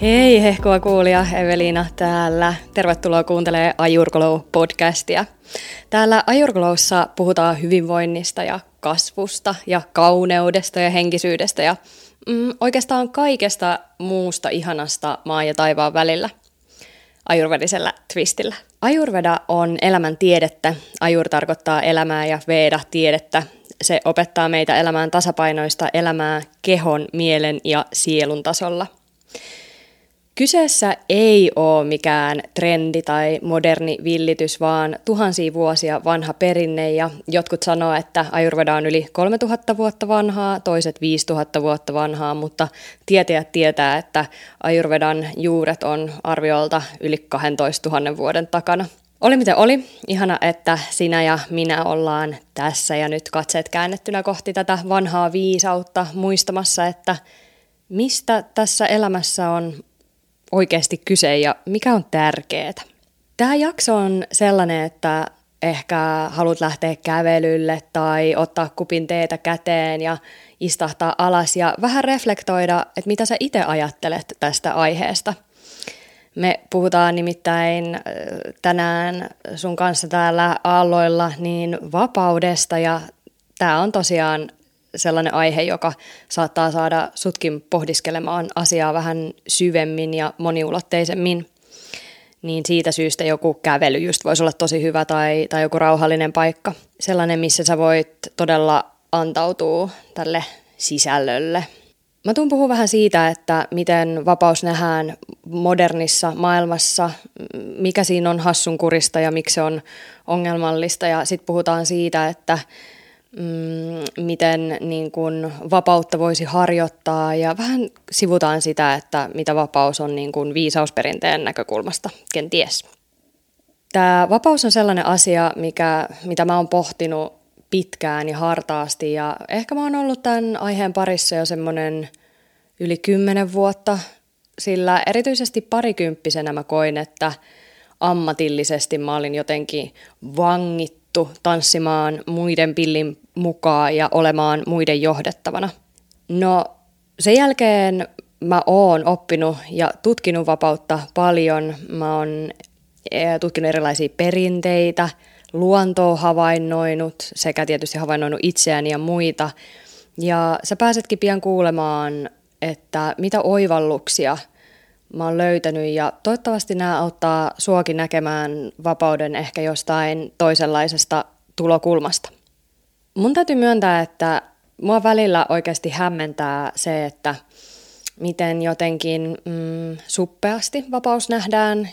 Hei hehkua kuulija, Eveliina täällä. Tervetuloa kuuntelemaan Ajurglow-podcastia. Täällä Ajurglowssa puhutaan hyvinvoinnista ja kasvusta ja kauneudesta ja henkisyydestä ja oikeastaan kaikesta muusta ihanasta maan ja taivaan välillä ajurvedisellä twistillä. Ajurveda on elämän tiedettä. Ajur tarkoittaa elämää ja veda tiedettä. Se opettaa meitä elämään tasapainoista elämää kehon, mielen ja sielun tasolla. Kyseessä ei ole mikään trendi tai moderni villitys, vaan tuhansia vuosia vanha perinne ja jotkut sanoo, että Ajurveda on yli 3000 vuotta vanhaa, toiset 5000 vuotta vanhaa, mutta tietäjät tietää, että Ajurvedan juuret on arviolta yli 12 000 vuoden takana. Oli miten oli, ihana, että sinä ja minä ollaan tässä ja nyt katseet käännettynä kohti tätä vanhaa viisautta muistamassa, että mistä tässä elämässä on oikeasti kyse ja mikä on tärkeää. Tämä jakso on sellainen, että ehkä haluat lähteä kävelylle tai ottaa kupin teetä käteen ja istahtaa alas ja vähän reflektoida, että mitä sä itse ajattelet tästä aiheesta. Me puhutaan nimittäin tänään sun kanssa täällä aalloilla niin vapaudesta ja tämä on tosiaan sellainen aihe, joka saattaa saada sutkin pohdiskelemaan asiaa vähän syvemmin ja moniulotteisemmin. Niin siitä syystä joku kävely just voisi olla tosi hyvä tai joku rauhallinen paikka. Sellainen, missä sä voit todella antautua tälle sisällölle. Mä tuun puhua vähän siitä, että miten vapaus nähdään modernissa maailmassa, mikä siinä on hassunkurista ja miksi se on ongelmallista. Ja sitten puhutaan siitä, että miten niin kun vapautta voisi harjoittaa ja vähän sivutaan sitä, että mitä vapaus on niin kun viisausperinteen näkökulmasta, kenties. Tämä vapaus on sellainen asia, mitä mä oon pohtinut pitkään ja hartaasti ja ehkä mä oon ollut tämän aiheen parissa jo semmoinen yli 10 vuotta, sillä erityisesti parikymppisenä mä koin, että ammatillisesti mä olin jotenkin vangittu tanssimaan muiden pillin mukaan ja olemaan muiden johdettavana. No sen jälkeen mä oon oppinut ja tutkinut vapautta paljon. Mä oon tutkinut erilaisia perinteitä, luontoa havainnoinut sekä tietysti havainnoinut itseäni ja muita. Ja sä pääsetkin pian kuulemaan, että mitä oivalluksia mä oon löytänyt ja toivottavasti nämä auttaa suakin näkemään vapauden ehkä jostain toisenlaisesta tulokulmasta. Mun täytyy myöntää, että mua välillä oikeasti hämmentää se, että miten jotenkin suppeasti vapaus nähdään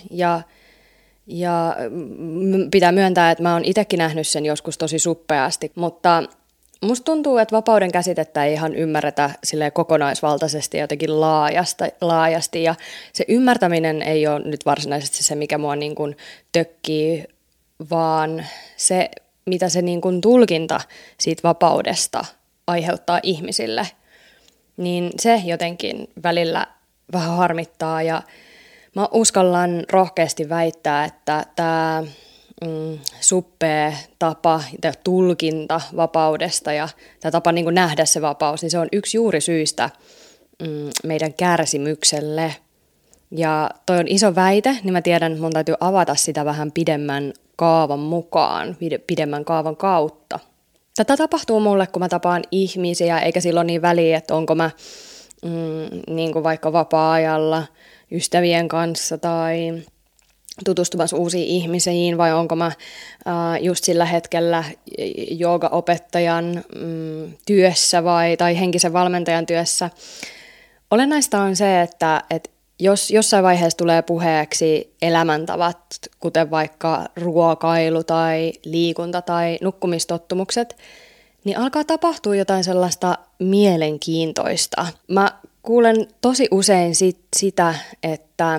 ja pitää myöntää, että mä oon itsekin nähnyt sen joskus tosi suppeasti, mutta musta tuntuu, että vapauden käsitettä ei ihan ymmärretä silleen kokonaisvaltaisesti ja jotenkin laajasti ja se ymmärtäminen ei ole nyt varsinaisesti se, mikä mua niin kuin tökkii, vaan se, mitä se niin kuin tulkinta siitä vapaudesta aiheuttaa ihmisille, niin se jotenkin välillä vähän harmittaa ja mä uskallan rohkeasti väittää, että tämä suppea tapa ja tulkinta vapaudesta ja tämä tapa niin kuin nähdä se vapaus, niin se on yksi juurisyistä meidän kärsimykselle. Ja toi on iso väite, niin mä tiedän, että mun täytyy avata sitä vähän pidemmän kaavan mukaan, pidemmän kaavan kautta. Tätä tapahtuu mulle, kun mä tapaan ihmisiä, eikä silloin niin väliä, että onko mä niin kuin vaikka vapaa-ajalla ystävien kanssa tai tutustumassa uusiin ihmisiin vai onko mä just sillä hetkellä joogaopettajan työssä tai henkisen valmentajan työssä. Olennaista on se, että jos jossain vaiheessa tulee puheeksi elämäntavat, kuten vaikka ruokailu tai liikunta tai nukkumistottumukset, niin alkaa tapahtua jotain sellaista mielenkiintoista. Mä kuulen tosi usein sitä, että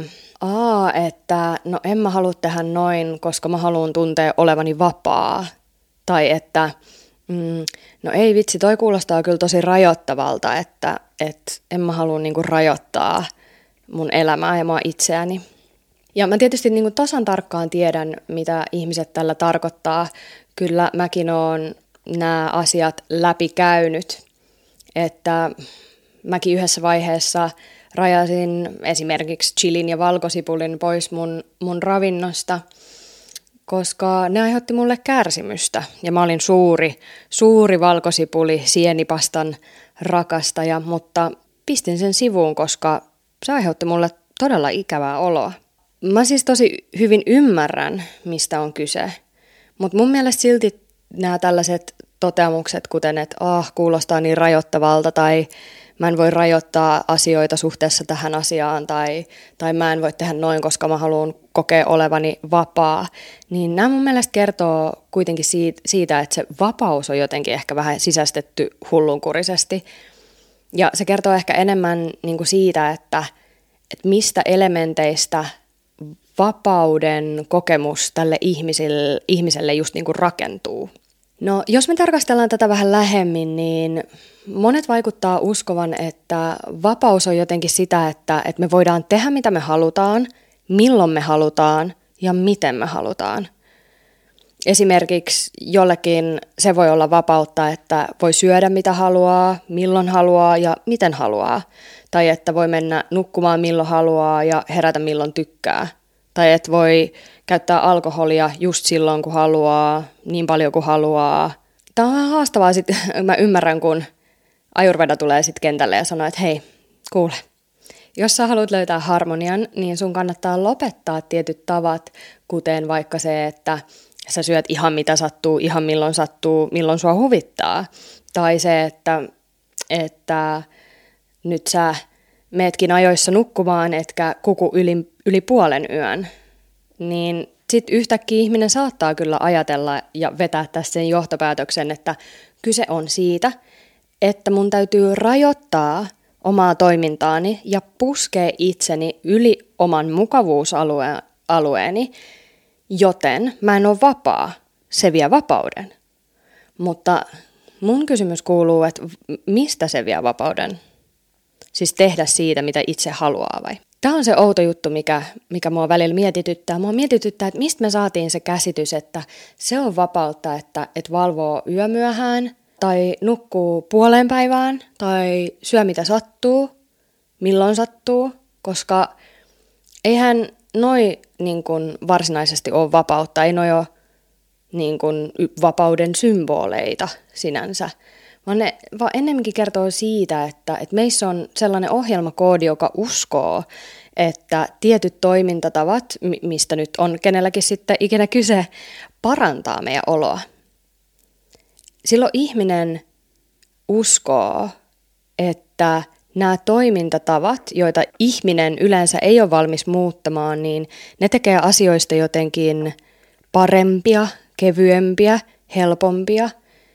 no en mä halua tehdä noin, koska mä haluan tuntea olevani vapaa. Tai että no ei vitsi, toi kuulostaa kyllä tosi rajoittavalta, että en mä halua niinku rajoittaa mun elämää ja mua itseäni. Ja mä tietysti niinku tasan tarkkaan tiedän, mitä ihmiset tällä tarkoittaa. Kyllä mäkin oon nämä asiat läpikäynyt, että mäkin yhdessä vaiheessa rajasin esimerkiksi chilin ja valkosipulin pois mun ravinnosta, koska ne aiheutti mulle kärsimystä. Ja mä olin suuri valkosipuli sienipastan rakastaja, mutta pistin sen sivuun, koska se aiheutti mulle todella ikävää oloa. Mä siis tosi hyvin ymmärrän, mistä on kyse, mutta mun mielestä silti nämä tällaiset toteamukset, kuten että kuulostaa niin rajoittavalta tai mä en voi rajoittaa asioita suhteessa tähän asiaan tai mä en voi tehdä noin, koska mä haluan kokea olevani vapaa, niin nämä mun mielestä kertoo kuitenkin siitä, että se vapaus on jotenkin ehkä vähän sisäistetty hullunkurisesti. Ja se kertoo ehkä enemmän niin kuin siitä, että mistä elementeistä vapauden kokemus tälle ihmiselle just niin kuin rakentuu. No, jos me tarkastellaan tätä vähän lähemmin, niin monet vaikuttaa uskovan, että vapaus on jotenkin sitä, että me voidaan tehdä mitä me halutaan, milloin me halutaan ja miten me halutaan. Esimerkiksi jollekin se voi olla vapautta, että voi syödä mitä haluaa, milloin haluaa ja miten haluaa. Tai että voi mennä nukkumaan milloin haluaa ja herätä milloin tykkää. Tai että voi käyttää alkoholia just silloin kun haluaa, niin paljon kuin haluaa. Tämä on vähän haastavaa sitten, mä ymmärrän kun Ayurveda tulee sitten kentälle ja sanoo, että hei, kuule. Jos sä haluat löytää harmonian, niin sun kannattaa lopettaa tietyt tavat, kuten vaikka se, että sä syöt ihan mitä sattuu, milloin sua huvittaa. Tai se, että nyt sä meetkin ajoissa nukkumaan, etkä kuku yli puolen yön. Niin sitten yhtäkkiä ihminen saattaa kyllä ajatella ja vetää tässä sen johtopäätöksen, että kyse on siitä, että mun täytyy rajoittaa omaa toimintaani ja puskea itseni yli oman mukavuusalueeni, joten mä en ole vapaa. Se vie vapauden. Mutta mun kysymys kuuluu, että mistä se vie vapauden? Siis tehdä siitä, mitä itse haluaa vai? Tämä on se outo juttu, mikä mua välillä mietityttää. Mua mietityttää, että mistä me saatiin se käsitys, että se on vapautta, että valvoo yömyöhään tai nukkuu puoleen päivään tai syö mitä sattuu, milloin sattuu, koska eihän noi niin kuin varsinaisesti ole vapautta, ei noi ole niin kuin vapauden symboleita sinänsä, vaan ne vaan ennemminkin kertoo siitä, että meissä on sellainen ohjelmakoodi, joka uskoo, että tietyt toimintatavat, mistä nyt on kenelläkin sitten ikinä kyse, parantaa meidän oloa. Silloin ihminen uskoo, että nämä toimintatavat, joita ihminen yleensä ei ole valmis muuttamaan, niin ne tekee asioista jotenkin parempia, kevyempiä, helpompia.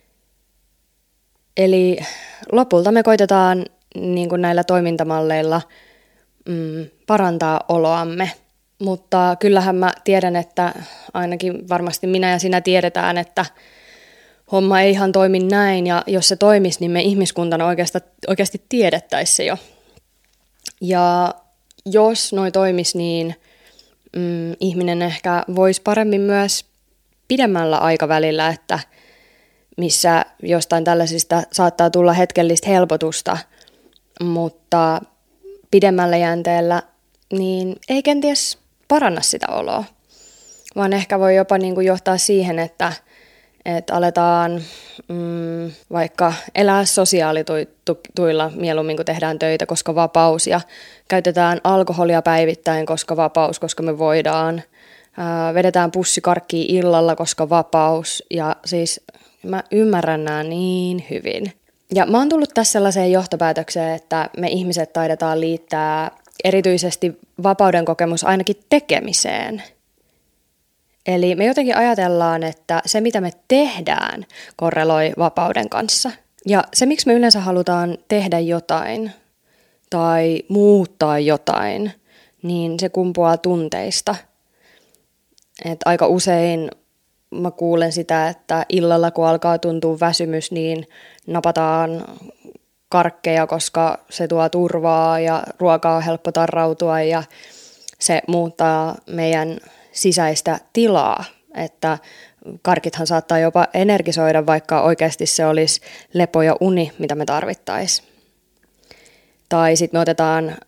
Eli lopulta me koitetaan niin kuin näillä toimintamalleilla parantaa oloamme. Mutta kyllähän mä tiedän, että ainakin varmasti minä ja sinä tiedetään, että homma ei ihan toimi näin, ja jos se toimisi, niin me ihmiskuntana oikeasti tiedettäisiin se jo. Ja jos noi toimisi, niin ihminen ehkä voisi paremmin myös pidemmällä aikavälillä, että missä jostain tällaisista saattaa tulla hetkellistä helpotusta, mutta pidemmällä jänteellä niin ei kenties paranna sitä oloa, vaan ehkä voi jopa niin kuin johtaa siihen, että aletaan vaikka elää sosiaalituilla mieluummin kuin tehdään töitä, koska vapaus, ja käytetään alkoholia päivittäin, koska vapaus, koska me voidaan, vedetään pussikarkkia illalla, koska vapaus, ja siis mä ymmärrän nämä niin hyvin. Ja mä oon tullut tässä sellaiseen johtopäätökseen, että me ihmiset taidetaan liittää erityisesti vapauden kokemus ainakin tekemiseen. Eli me jotenkin ajatellaan, että se mitä me tehdään korreloi vapauden kanssa. Ja se miksi me yleensä halutaan tehdä jotain tai muuttaa jotain, niin se kumpuaa tunteista. Et aika usein mä kuulen sitä, että illalla kun alkaa tuntua väsymys, niin napataan karkkeja, koska se tuo turvaa ja ruokaa on helppo tarrautua ja se muuttaa meidän sisäistä tilaa, että karkithan saattaa jopa energisoida, vaikka oikeasti se olisi lepo ja uni, mitä me tarvittaisiin. Tai sitten me otetaan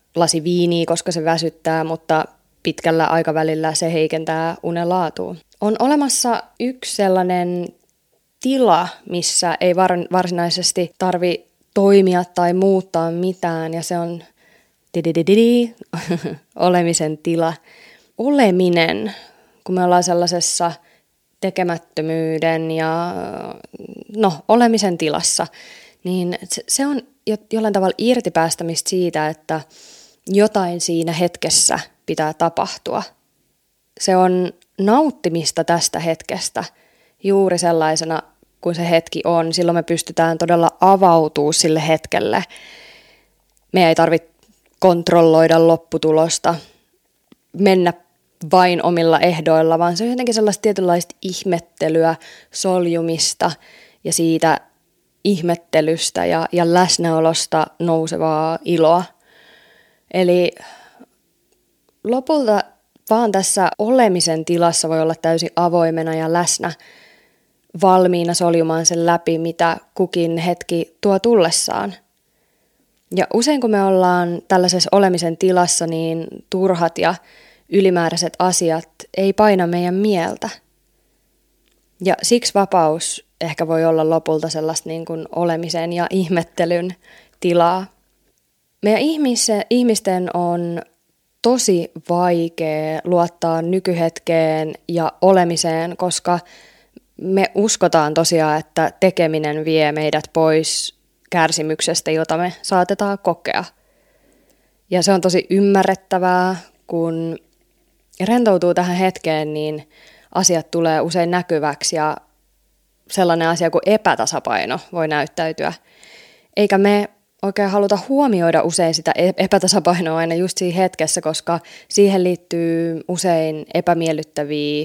lasi viiniä, koska se väsyttää, mutta pitkällä aikavälillä se heikentää unen laatua. On olemassa yksi sellainen tila, missä ei varsinaisesti tarvi toimia tai muuttaa mitään, ja se on olemisen tila. Oleminen, kun me ollaan sellaisessa tekemättömyyden ja olemisen tilassa, niin se on jollain tavalla irtipäästämistä siitä, että jotain siinä hetkessä pitää tapahtua. Se on nauttimista tästä hetkestä juuri sellaisena kuin se hetki on. Silloin me pystytään todella avautumaan sille hetkelle. Me ei tarvitse kontrolloida lopputulosta, mennä vain omilla ehdoilla, vaan se on jotenkin sellaista tietynlaista ihmettelyä, soljumista ja siitä ihmettelystä ja läsnäolosta nousevaa iloa. Eli lopulta vaan tässä olemisen tilassa voi olla täysin avoimena ja läsnä, valmiina soljumaan sen läpi, mitä kukin hetki tuo tullessaan. Ja usein kun me ollaan tällaisessa olemisen tilassa, niin turhat ja ylimääräiset asiat ei paina meidän mieltä. Ja siksi vapaus ehkä voi olla lopulta sellaista niin kuin olemisen ja ihmettelyn tilaa. Meidän ihmisten on tosi vaikea luottaa nykyhetkeen ja olemiseen, koska me uskotaan tosiaan, että tekeminen vie meidät pois kärsimyksestä, jota me saatetaan kokea. Ja se on tosi ymmärrettävää, kun rentoutuu tähän hetkeen, niin asiat tulee usein näkyväksi ja sellainen asia kuin epätasapaino voi näyttäytyä. Eikä me oikein haluta huomioida usein sitä epätasapainoa aina just siinä hetkessä, koska siihen liittyy usein epämiellyttäviä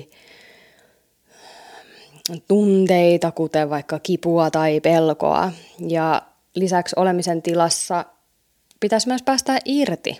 tunteita, kuten vaikka kipua tai pelkoa. Ja lisäksi olemisen tilassa pitäisi myös päästä irti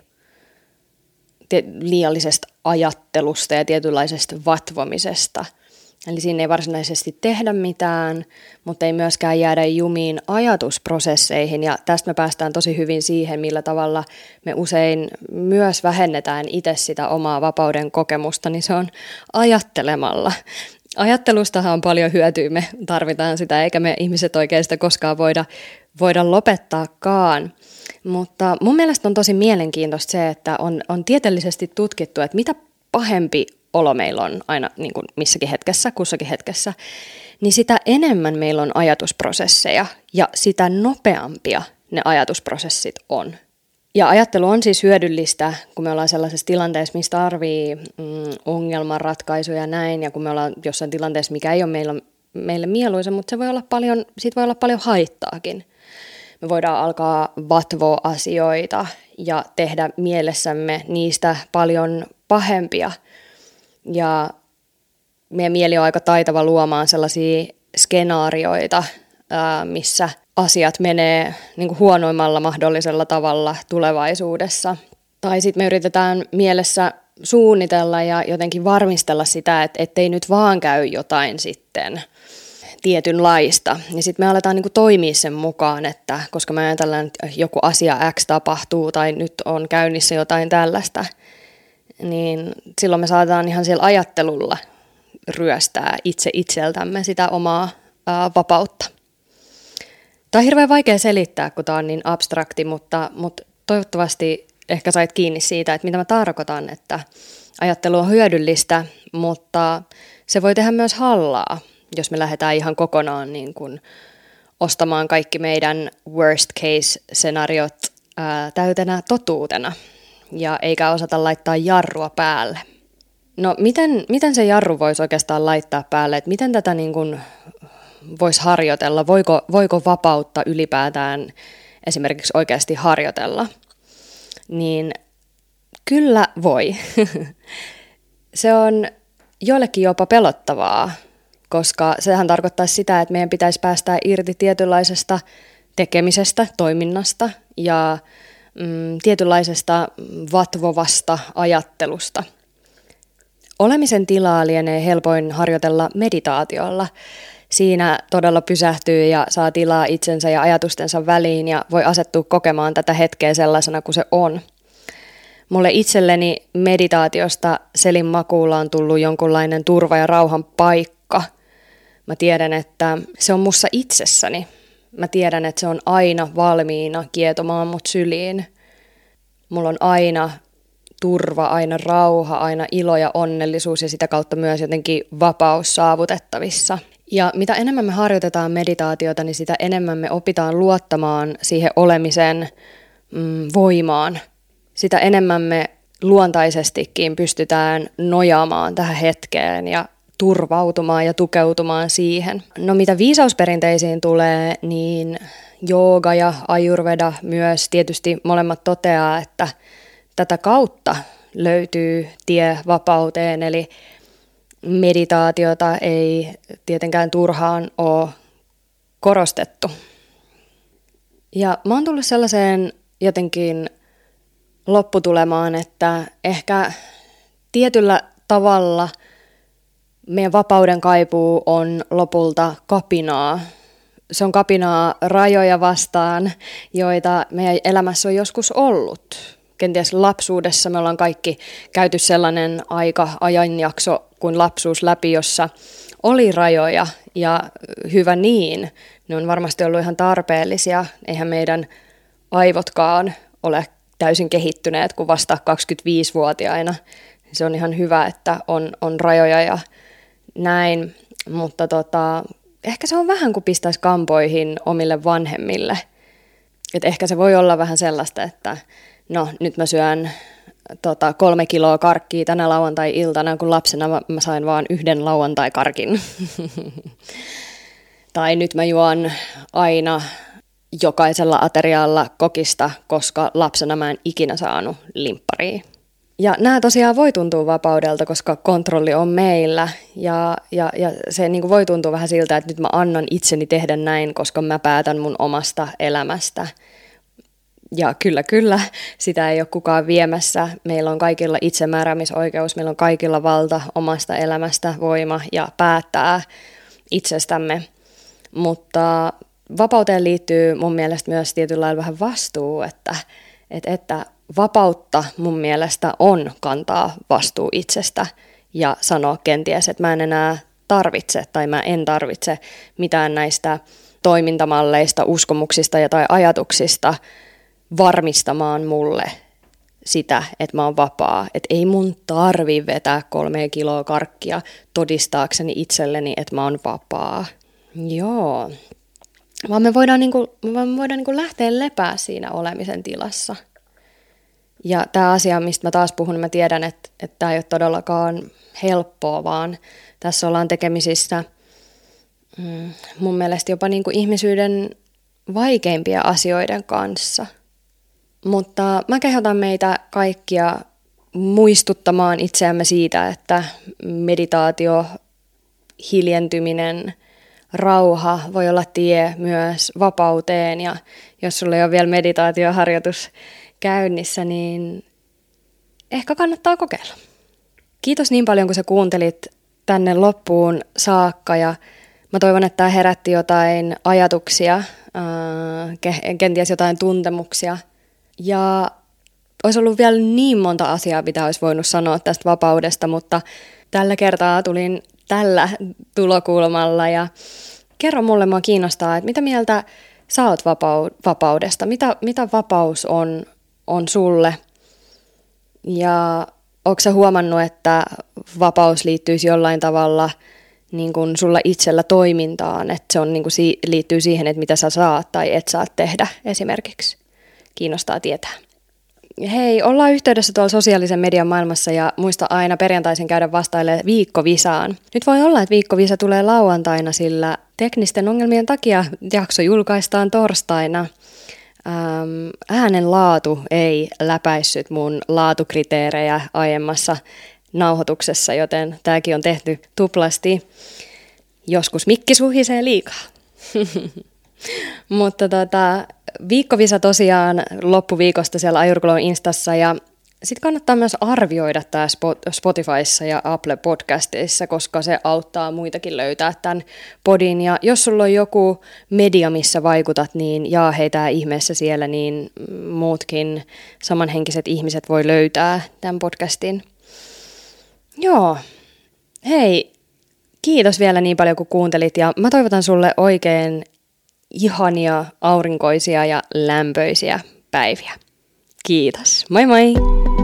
liiallisesta ajattelusta ja tietynlaisesta vatvomisesta. Eli siinä ei varsinaisesti tehdä mitään, mutta ei myöskään jäädä jumiin ajatusprosesseihin. Ja tästä me päästään tosi hyvin siihen, millä tavalla me usein myös vähennetään itse sitä omaa vapauden kokemusta, niin se on ajattelemalla. Ajattelustahan on paljon hyötyä, me tarvitaan sitä, eikä me ihmiset oikein sitä koskaan voida lopettaakaan. Mutta mun mielestä on tosi mielenkiintoista se, että on tieteellisesti tutkittu, että mitä pahempi olo meillä on aina niin kuin missäkin hetkessä, kussakin hetkessä, niin sitä enemmän meillä on ajatusprosesseja ja sitä nopeampia ne ajatusprosessit on. Ja ajattelu on siis hyödyllistä, kun me ollaan sellaisessa tilanteessa, mistä tarvii ongelmanratkaisuja ja näin, ja kun me ollaan jossain tilanteessa, mikä ei ole meille mieluisa, mutta siitä voi olla paljon haittaakin. Me voidaan alkaa vatvoa asioita ja tehdä mielessämme niistä paljon pahempia. Ja meidän mieli on aika taitava luomaan sellaisia skenaarioita, missä asiat menee niin kuin huonoimmalla mahdollisella tavalla tulevaisuudessa. Tai sitten me yritetään mielessä suunnitella ja jotenkin varmistella sitä, että ettei nyt vaan käy jotain sitten tietynlaista. Ja sitten me aletaan niin kuin toimia sen mukaan, että koska me ajatellaan, että joku asia X tapahtuu tai nyt on käynnissä jotain tällaista, niin silloin me saadaan ihan siellä ajattelulla ryöstää itse itseltämme sitä omaa vapautta. Tämä on hirveän vaikea selittää, kun tämä on niin abstrakti, mutta toivottavasti ehkä sait kiinni siitä, että mitä mä tarkoitan, että ajattelu on hyödyllistä, mutta se voi tehdä myös hallaa, jos me lähdetään ihan kokonaan niin kuin ostamaan kaikki meidän worst case-scenariot täytenä totuutena, ja eikä osata laittaa jarrua päälle. No miten se jarru voisi oikeastaan laittaa päälle, että miten tätä niin kuin voisi harjoitella, voiko vapautta ylipäätään esimerkiksi oikeasti harjoitella, niin kyllä voi. Se on joillekin jopa pelottavaa, koska sehän tarkoittaa sitä, että meidän pitäisi päästää irti tietynlaisesta tekemisestä, toiminnasta ja tietynlaisesta vatvovasta ajattelusta. Olemisen tilaa lienee helpoin harjoitella meditaatiolla. Siinä todella pysähtyy ja saa tilaa itsensä ja ajatustensa väliin ja voi asettua kokemaan tätä hetkeä sellaisena kuin se on. Mulle itselleni meditaatiosta Selin Makuulla on tullut jonkunlainen turva ja rauhan paikka. Mä tiedän, että se on mussa itsessäni. Mä tiedän, että se on aina valmiina kietomaan mut syliin. Mulla on aina turva, aina rauha, aina ilo ja onnellisuus ja sitä kautta myös jotenkin vapaus saavutettavissa. Ja mitä enemmän me harjoitetaan meditaatiota, niin sitä enemmän me opitaan luottamaan siihen olemisen voimaan. Sitä enemmän me luontaisestikin pystytään nojaamaan tähän hetkeen ja turvautumaan ja tukeutumaan siihen. No mitä viisausperinteisiin tulee, niin jooga ja ayurveda myös tietysti molemmat toteaa, että tätä kautta löytyy tie vapauteen, eli meditaatiota ei tietenkään turhaan ole korostettu. Ja mä oon tullut sellaiseen jotenkin lopputulemaan, että ehkä tietyllä tavalla meidän vapauden kaipuu on lopulta kapinaa. Se on kapinaa rajoja vastaan, joita meidän elämässä on joskus ollut. Kenties lapsuudessa me ollaan kaikki käyty sellainen ajanjakso kuin lapsuus läpi, jossa oli rajoja ja hyvä niin. Ne on varmasti ollut ihan tarpeellisia. Eihän meidän aivotkaan ole täysin kehittyneet kuin vasta 25-vuotiaina. Se on ihan hyvä, että on rajoja ja näin, mutta ehkä se on vähän kuin pistäisi kampoihin omille vanhemmille. Et ehkä se voi olla vähän sellaista, että no nyt mä syön 3 kiloa karkkia tänä lauantai-iltana, kun lapsena mä sain vaan 1 lauantai-karkin. Tai nyt mä juon aina jokaisella aterialla kokista, koska lapsena mä en ikinä saanut limpparia. Ja nämä tosiaan voi tuntua vapaudelta, koska kontrolli on meillä ja se niin kuin voi tuntua vähän siltä, että nyt mä annan itseni tehdä näin, koska mä päätän mun omasta elämästä. Ja kyllä, sitä ei ole kukaan viemässä. Meillä on kaikilla itsemääräämisoikeus, meillä on kaikilla valta omasta elämästä, voima ja päättää itsestämme. Mutta vapauteen liittyy mun mielestä myös tietyllä lailla vähän vastuu, että vapautta mun mielestä on kantaa vastuu itsestä ja sanoa kenties, että mä en enää tarvitse tai mä en tarvitse mitään näistä toimintamalleista, uskomuksista tai ajatuksista varmistamaan mulle sitä, että mä oon vapaa. Että ei mun tarvi vetää 3 kiloa karkkia todistaakseni itselleni, että mä oon vapaa. Joo. Vaan me voidaan lähteä lepää siinä olemisen tilassa. Ja tämä asia, mistä mä taas puhun, mä tiedän, että tämä ei ole todellakaan helppoa, vaan tässä ollaan tekemisissä mun mielestä jopa niin kuin ihmisyyden vaikeimpia asioiden kanssa. Mutta mä kehotan meitä kaikkia muistuttamaan itseämme siitä, että meditaatio, hiljentyminen, rauha voi olla tie myös vapauteen. Ja jos sulla ei ole vielä meditaatioharjoitus käynnissä, niin ehkä kannattaa kokeilla. Kiitos niin paljon, kun sä kuuntelit tänne loppuun saakka ja mä toivon, että tämä herätti jotain ajatuksia, kenties jotain tuntemuksia. Ja olisi ollut vielä niin monta asiaa, mitä olisi voinut sanoa tästä vapaudesta, mutta tällä kertaa tulin tällä tulokulmalla ja kerro mulle, mua kiinnostaa, että mitä mieltä sä oot vapaudesta, mitä vapaus on sulle ja ootko sä huomannut, että vapaus liittyisi jollain tavalla niin kuin sulla itsellä toimintaan, että se on niin kuin liittyy siihen, että mitä sä saat tai et saa tehdä esimerkiksi. Kiinnostaa tietää. Hei, ollaan yhteydessä tuolla sosiaalisen median maailmassa ja muista aina perjantaisin käydä vastailemaan viikkovisaan. Nyt voi olla, että viikkovisa tulee lauantaina, sillä teknisten ongelmien takia jakso julkaistaan torstaina. Äänen laatu ei läpäissyt mun laatukriteerejä aiemmassa nauhoituksessa, joten tämäkin on tehty tuplasti. Joskus mikki suhisee liikaa. Mutta viikkovisa tosiaan loppuviikosta siellä Ayurglow Instassa ja Sitten kannattaa myös arvioida tämä Spotifyssa ja Apple Podcasteissa, koska se auttaa muitakin löytää tämän podin. Ja jos sulla on joku media, missä vaikutat, niin jaa heitä ihmeessä siellä, niin muutkin samanhenkiset ihmiset voi löytää tämän podcastin. Joo, hei, kiitos vielä niin paljon kun kuuntelit ja mä toivotan sulle oikein ihania, aurinkoisia ja lämpöisiä päiviä. Kiitos, moi moi!